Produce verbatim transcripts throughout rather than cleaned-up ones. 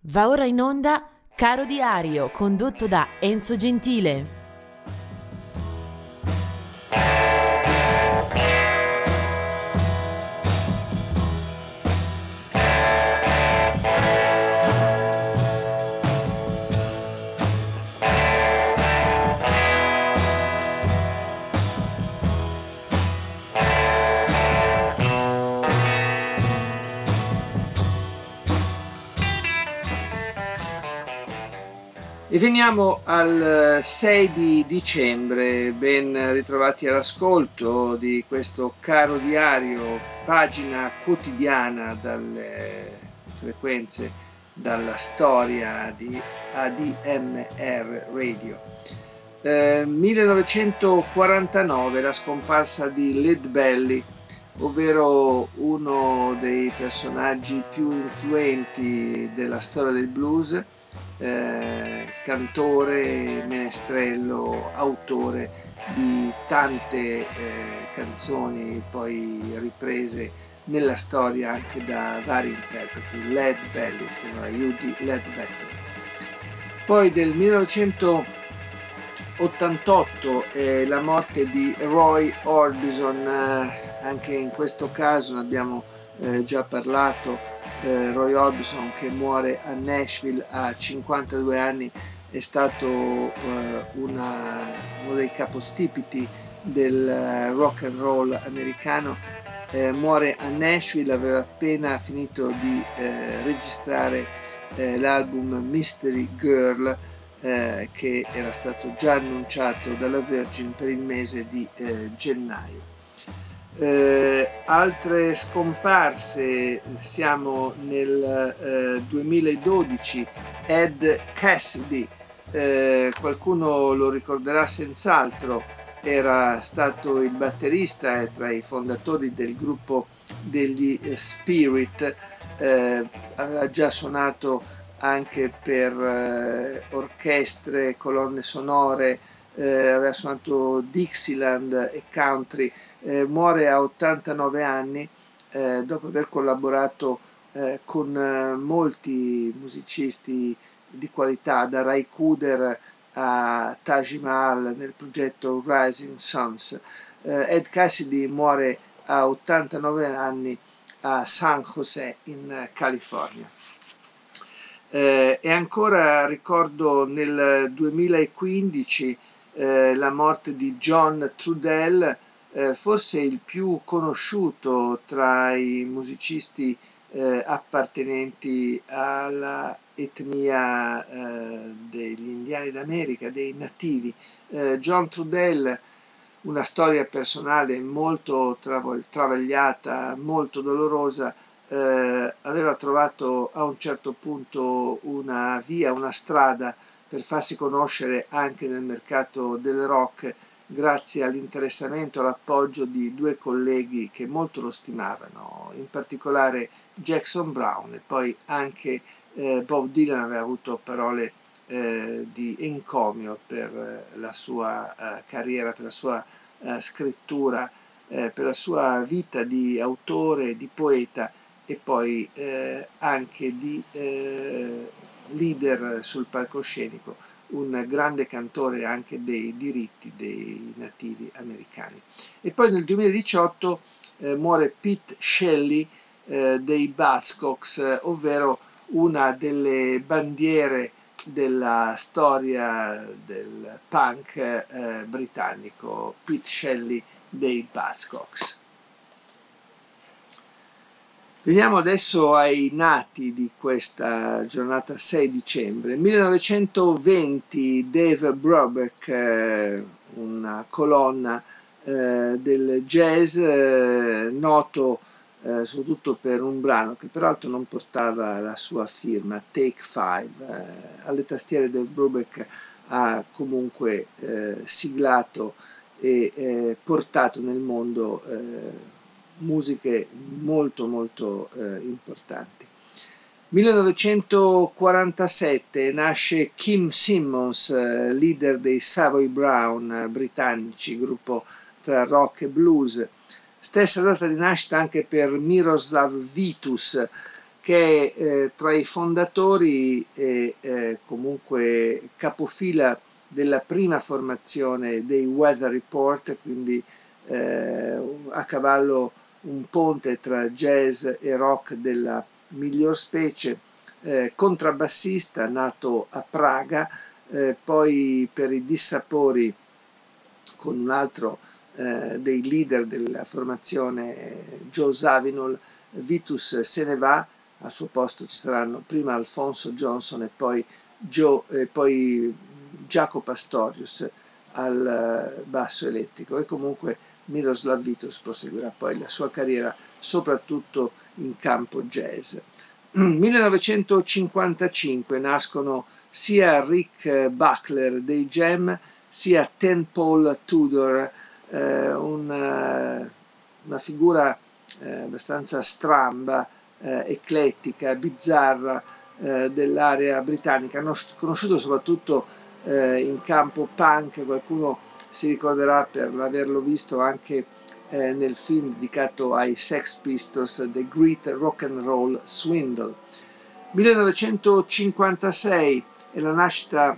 Va ora in onda Caro Diario, condotto da Enzo Gentile. E veniamo al sei di dicembre, ben ritrovati all'ascolto di questo Caro Diario, pagina quotidiana dalle frequenze, dalla storia di A D M R Radio. Eh, millenovecentoquarantanove, la scomparsa di Lead Belly, ovvero uno dei personaggi più influenti della storia del blues. Eh, cantore, menestrello, autore di tante eh, canzoni poi riprese nella storia anche da vari interpreti. Lead Belly, sono aiuti Ledbetter. Poi del millenovecentottantotto è la morte di Roy Orbison, eh, anche in questo caso ne abbiamo eh, già parlato. Eh, Roy Orbison, che muore a Nashville a cinquantadue anni, è stato eh, una, uno dei capostipiti del eh, rock and roll americano. Eh, muore a Nashville, aveva appena finito di eh, registrare eh, l'album Mystery Girl, eh, che era stato già annunciato dalla Virgin per il mese di eh, gennaio. Eh, altre scomparse, siamo nel eh, duemiladodici, Ed Cassidy, eh, qualcuno lo ricorderà senz'altro, era stato il batterista e tra i fondatori del gruppo degli Spirit, eh, aveva già suonato anche per eh, orchestre, colonne sonore, eh, aveva suonato Dixieland e country. Eh, muore a ottantanove anni eh, dopo aver collaborato eh, con eh, molti musicisti di qualità, da Ray Cooder a Taj Mahal nel progetto Rising Suns. Eh, Ed Cassidy muore a ottantanove anni a San José in California. Eh, e ancora ricordo nel duemilaquindici eh, la morte di John Trudell, eh, forse il più conosciuto tra i musicisti eh, appartenenti alla etnia eh, degli indiani d'America, dei nativi. Eh, John Trudell, una storia personale molto travagliata, molto dolorosa. Eh, aveva trovato a un certo punto una via, una strada per farsi conoscere anche nel mercato del rock, grazie all'interessamento, all'appoggio di due colleghi che molto lo stimavano, in particolare Jackson Browne, e poi anche eh, Bob Dylan aveva avuto parole eh, di encomio per eh, la sua eh, carriera, per la sua eh, scrittura, eh, per la sua vita di autore, di poeta e poi eh, anche di eh, leader sul palcoscenico, un grande cantore anche dei diritti dei nativi americani. E poi nel duemiladiciotto eh, muore Pete Shelley eh, dei Buzzcocks, ovvero una delle bandiere della storia del punk eh, britannico, Pete Shelley dei Buzzcocks. Veniamo adesso ai nati di questa giornata sei dicembre. millenovecentoventi Dave Brubeck, eh, una colonna eh, del jazz, eh, noto eh, soprattutto per un brano che peraltro non portava la sua firma, Take Five. Eh, alle tastiere del Brubeck ha comunque eh, siglato e eh, portato nel mondo eh, musiche molto molto eh, importanti. millenovecentoquarantasette nasce Kim Simmons, eh, leader dei Savoy Brown eh, britannici, gruppo tra rock e blues. Stessa data di nascita anche per Miroslav Vitus, che è eh, tra i fondatori e eh, comunque capofila della prima formazione dei Weather Report, quindi eh, a cavallo un ponte tra jazz e rock della miglior specie, eh, contrabbassista nato a Praga, eh, poi per i dissapori con un altro eh, dei leader della formazione, Joe Zawinul, Vitus se ne va, al suo posto ci saranno prima Alfonso Johnson e poi, Joe, e poi Jaco Pastorius al basso elettrico, e comunque Miroslav Vitus proseguirà poi la sua carriera soprattutto in campo jazz. millenovecentocinquantacinque nascono sia Rick Buckler dei Jam sia Ten Paul Tudor, eh, una, una figura eh, abbastanza stramba, eh, eclettica, bizzarra eh, dell'area britannica, conosciuto soprattutto eh, in campo punk. Qualcuno si ricorderà per averlo visto anche eh, nel film dedicato ai Sex Pistols, The Great Rock and Roll Swindle. millenovecentocinquantasei è la nascita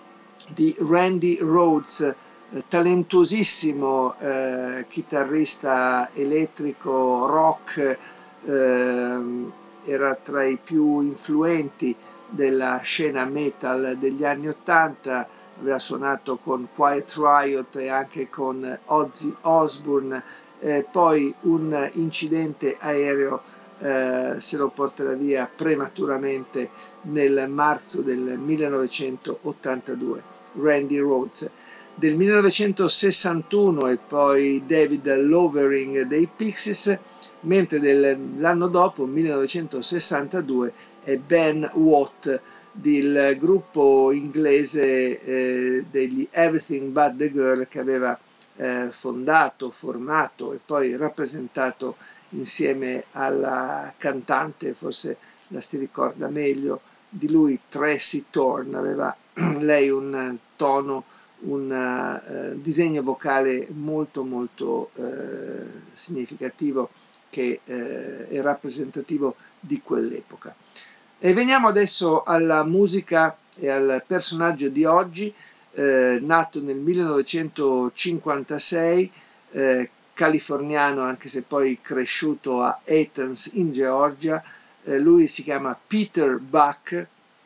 di Randy Rhoads, eh, talentuosissimo eh, chitarrista elettrico rock, eh, era tra i più influenti della scena metal degli anni ottanta, aveva suonato con Quiet Riot e anche con Ozzy Osbourne, eh, poi un incidente aereo eh, se lo porterà via prematuramente nel marzo del millenovecentottantadue. Randy Rhoads. Del millenovecentosessantuno e poi David Lovering dei Pixies, mentre dell'anno dopo, millenovecentosessantadue, è Ben Watt del gruppo inglese eh, degli Everything But The Girl, che aveva eh, fondato, formato e poi rappresentato insieme alla cantante, forse la si ricorda meglio di lui, Tracy Thorn. Aveva lei un tono, un uh, disegno vocale molto molto uh, significativo, che uh, è rappresentativo di quell'epoca. E veniamo adesso alla musica e al personaggio di oggi, eh, nato nel millenovecentocinquantasei, eh, californiano anche se poi cresciuto a Athens in Georgia. Eh, lui si chiama Peter Buck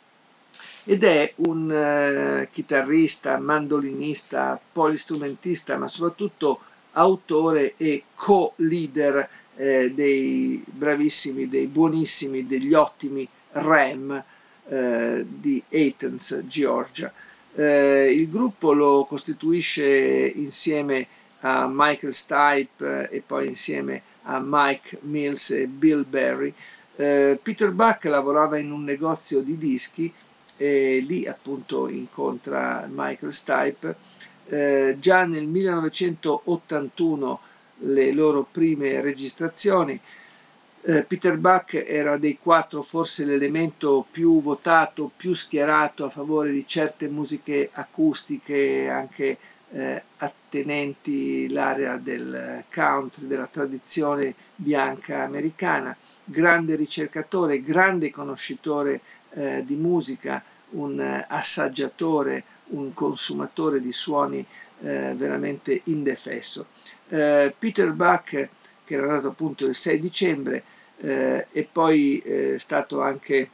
ed è un eh, chitarrista, mandolinista, polistrumentista, ma soprattutto autore e co-leader eh, dei bravissimi, dei buonissimi, degli ottimi Ram eh, di Athens, Georgia. Eh, il gruppo lo costituisce insieme a Michael Stipe e poi insieme a Mike Mills e Bill Berry. Eh, Peter Buck lavorava in un negozio di dischi e lì appunto incontra Michael Stipe. Eh, già nel millenovecentottantuno le loro prime registrazioni. Eh, Peter Buck era dei quattro forse l'elemento più votato, più schierato a favore di certe musiche acustiche, anche eh, attenenti l'area del country, della tradizione bianca americana. Grande ricercatore, grande conoscitore eh, di musica, un eh, assaggiatore, un consumatore di suoni eh, veramente indefesso. Eh, Peter Buck, che era nato appunto il sei dicembre, eh, e poi è eh, stato anche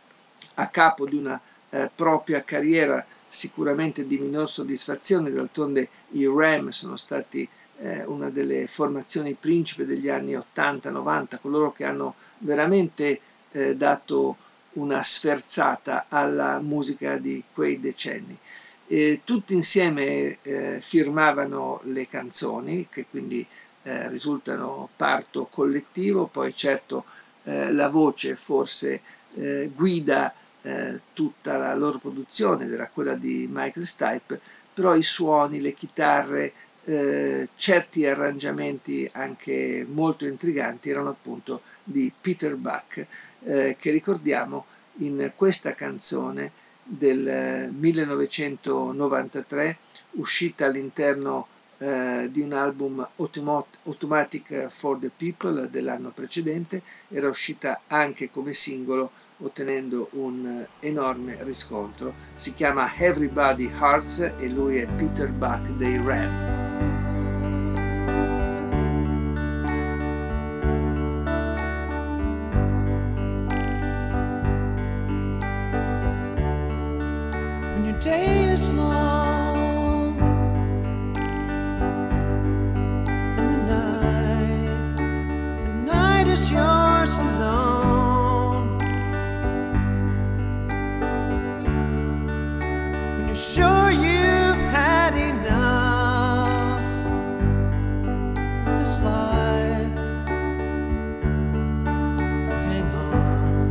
a capo di una eh, propria carriera sicuramente di minor soddisfazione. D'altronde i Ram sono stati eh, una delle formazioni principe degli anni ottanta novanta, coloro che hanno veramente eh, dato una sferzata alla musica di quei decenni. E tutti insieme eh, firmavano le canzoni, che quindi eh, risultano parto collettivo. Poi certo eh, la voce forse eh, guida eh, tutta la loro produzione, era quella di Michael Stipe, però i suoni, le chitarre, eh, certi arrangiamenti anche molto intriganti erano appunto di Peter Buck, eh, che ricordiamo in questa canzone del millenovecentonovantatré, uscita all'interno eh, di un album Automatic for the People dell'anno precedente, era uscita anche come singolo ottenendo un enorme riscontro. Si chiama Everybody Hurts e lui è Peter Buck dei Ram. Day is long and the night, the night is yours alone. When you're sure you've had enough of this life, hang on.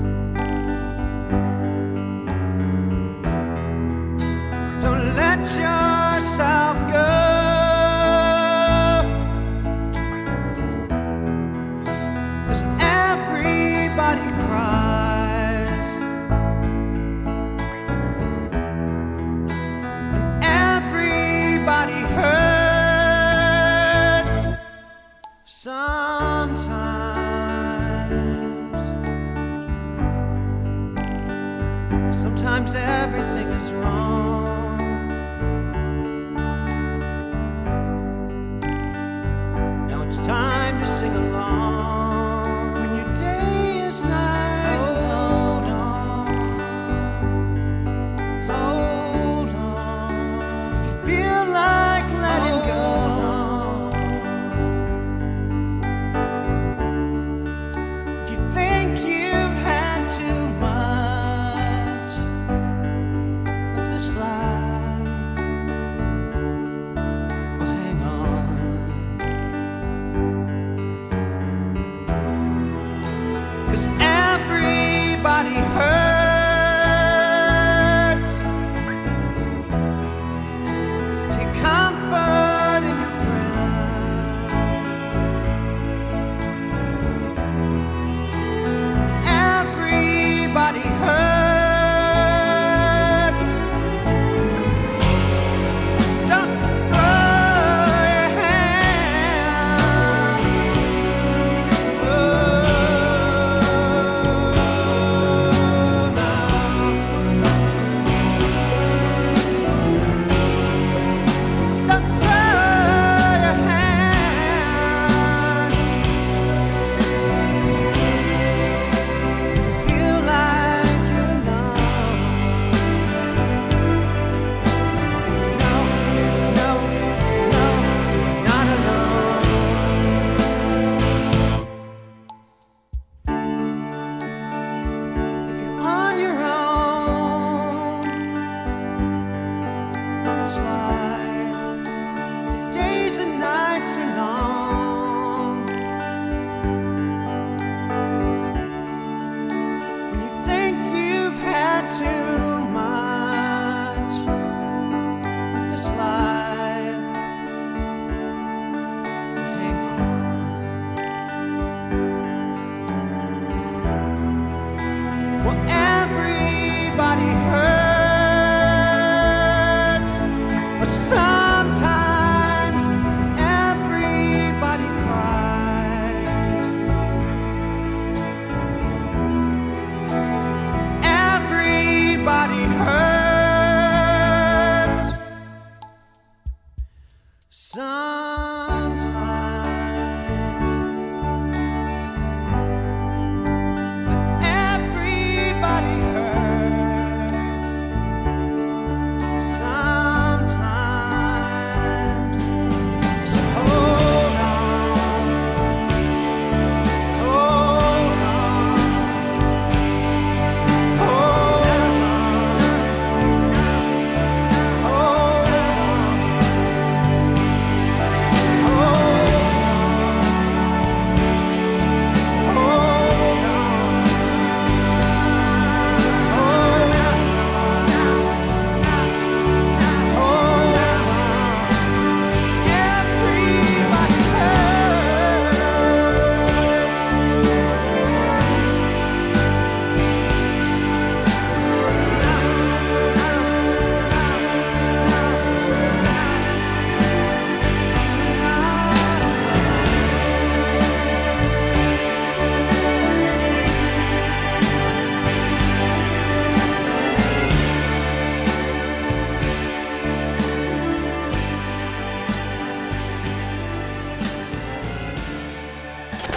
Don't let yourself go, 'cause everybody cries and everybody hurts sometimes. Sometimes everything is wrong. It's time to sing along. When your day is night, hold on, hold on. If you feel like letting go, if you think you've had too much of this life,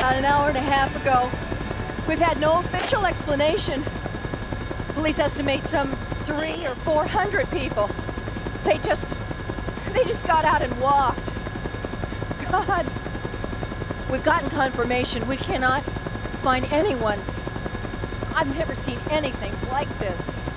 about an hour and a half ago. We've had no official explanation. Police estimate some three or four hundred people. They just... they just got out and walked. God. We've gotten confirmation. We cannot find anyone. I've never seen anything like this.